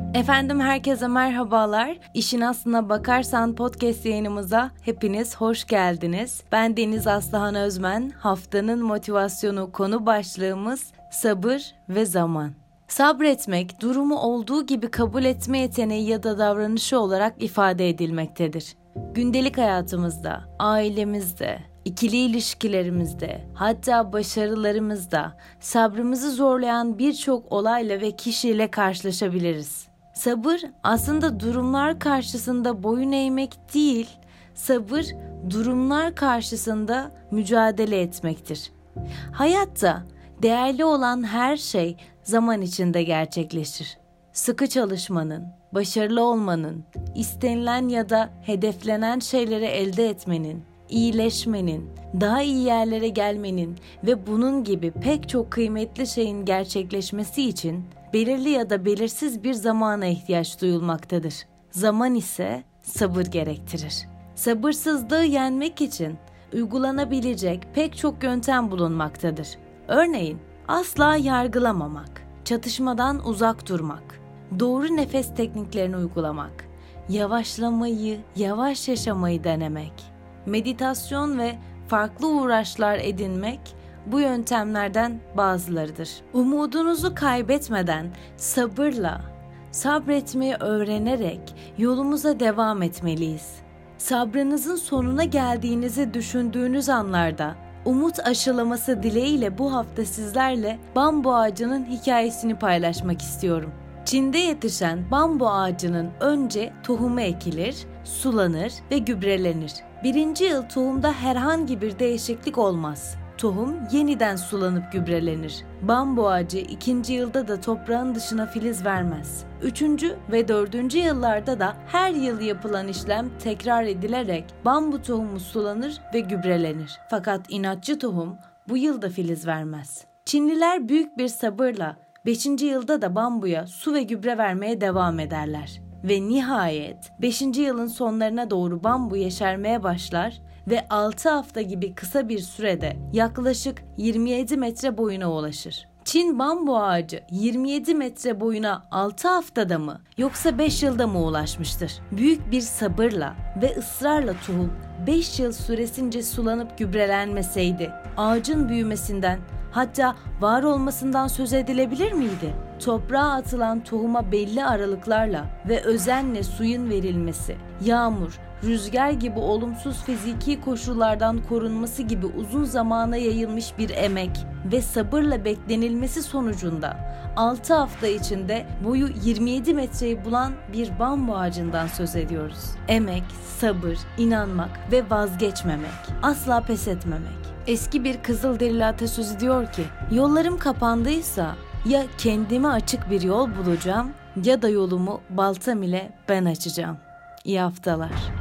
Efendim herkese merhabalar. İşin Aslına Bakarsan podcast yayınımıza hepiniz hoş geldiniz. Ben Deniz Aslıhan Özmen. Haftanın motivasyonu konu başlığımız sabır ve zaman. Sabretmek, durumu olduğu gibi kabul etme yeteneği ya da davranışı olarak ifade edilmektedir. Gündelik hayatımızda, ailemizde, İkili ilişkilerimizde, hatta başarılarımızda sabrımızı zorlayan birçok olayla ve kişiyle karşılaşabiliriz. Sabır aslında durumlar karşısında boyun eğmek değil, sabır durumlar karşısında mücadele etmektir. Hayatta değerli olan her şey zaman içinde gerçekleşir. Sıkı çalışmanın, başarılı olmanın, istenilen ya da hedeflenen şeyleri elde etmenin, iyileşmenin, daha iyi yerlere gelmenin ve bunun gibi pek çok kıymetli şeyin gerçekleşmesi için belirli ya da belirsiz bir zamana ihtiyaç duyulmaktadır. Zaman ise sabır gerektirir. Sabırsızlığı yenmek için uygulanabilecek pek çok yöntem bulunmaktadır. Örneğin asla yargılamamak, çatışmadan uzak durmak, doğru nefes tekniklerini uygulamak, yavaşlamayı, yavaş yaşamayı denemek, meditasyon ve farklı uğraşlar edinmek bu yöntemlerden bazılarıdır. Umudunuzu kaybetmeden sabırla, sabretmeyi öğrenerek yolumuza devam etmeliyiz. Sabrınızın sonuna geldiğinizi düşündüğünüz anlarda umut aşılaması dileğiyle bu hafta sizlerle bambu ağacının hikayesini paylaşmak istiyorum. Çin'de yetişen bambu ağacının önce tohumu ekilir, sulanır ve gübrelenir. 1. yıl tohumda herhangi bir değişiklik olmaz. Tohum yeniden sulanıp gübrelenir. Bambu ağacı 2. yılda da toprağın dışına filiz vermez. 3. ve 4. yıllarda da her yıl yapılan işlem tekrar edilerek bambu tohumu sulanır ve gübrelenir. Fakat inatçı tohum bu yılda filiz vermez. Çinliler büyük bir sabırla 5. yılda da bambuya su ve gübre vermeye devam ederler. Ve nihayet 5. yılın sonlarına doğru bambu yeşermeye başlar ve 6 hafta gibi kısa bir sürede yaklaşık 27 metre boyuna ulaşır. Çin bambu ağacı 27 metre boyuna 6 haftada mı yoksa 5 yılda mı ulaşmıştır? Büyük bir sabırla ve ısrarla tohum 5 yıl süresince sulanıp gübrelenmeseydi ağacın büyümesinden, hatta var olmasından söz edilebilir miydi? Toprağa atılan tohuma belli aralıklarla ve özenle suyun verilmesi, yağmur, rüzgar gibi olumsuz fiziki koşullardan korunması gibi uzun zamana yayılmış bir emek ve sabırla beklenilmesi sonucunda 6 hafta içinde boyu 27 metreyi bulan bir bambu ağacından söz ediyoruz. Emek, sabır, inanmak ve vazgeçmemek, asla pes etmemek. Eski bir Kızılderili atasözü diyor ki, yollarım kapandıysa ya kendime açık bir yol bulacağım ya da yolumu baltam ile ben açacağım. İyi haftalar.